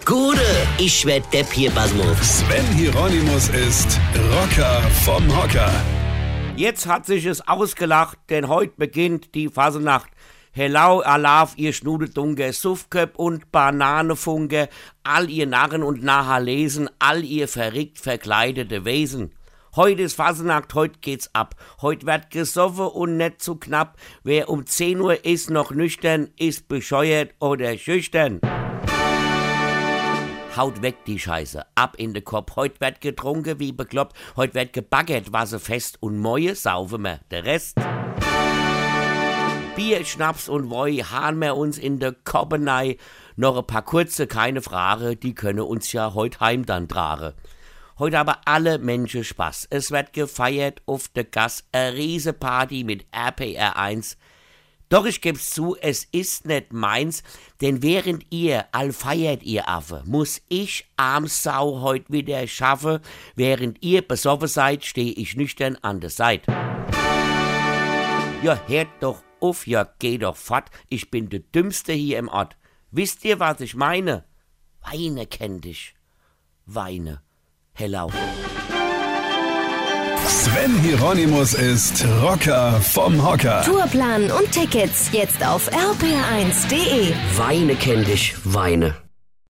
Gude, ich werd Depp hier, Basmus. Sven Hieronymus ist Rocker vom Hocker. Jetzt hat sich es ausgelacht, denn heute beginnt die Fasenacht. Hello, Alaf, ihr Schnudedunge, Suffköp und Bananefunke, all ihr Narren und Nahalesen, all ihr verrickt verkleidete Wesen. Heute ist Fasenacht, heute geht's ab. Heute wird gesoffen und nicht zu knapp. Wer um 10 Uhr ist noch nüchtern, ist bescheuert oder schüchtern. Haut weg die Scheiße, ab in den Kopf. Heut wird getrunken wie bekloppt, heut wird gebaggert, wasserfest und moje saufen wir der Rest. Bier, Schnaps und Woi hahn wir uns in de Koppenei. Noch ein paar kurze, keine Frage, die können uns ja heut heim dann tragen. Heute aber alle Menschen Spaß. Es wird gefeiert auf de Gas, a riese Party mit RPR1. Doch ich geb's zu, es ist nicht meins, denn während ihr all feiert, ihr Affe, muss ich Armsau heut wieder schaffe. Während ihr besoffen seid, steh ich nüchtern an der Seite. Ja, hört doch auf, ja, geh doch fort, ich bin der Dümmste hier im Ort. Wisst ihr, was ich meine? Weine kennt ich. Weine. Hello. Sven Hieronymus ist Rocker vom Hocker. Tourplan und Tickets jetzt auf rpr1.de. Weine kenn dich, Weine.